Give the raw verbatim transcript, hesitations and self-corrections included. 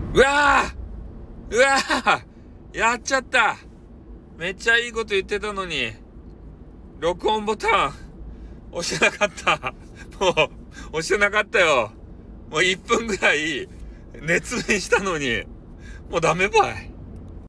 うわーうわーやっちゃった。めっちゃいいこと言ってたのに、録音ボタン押してなかった。もう、押してなかったよ。もういっぷんぐらい熱弁したのに、もうダメばい。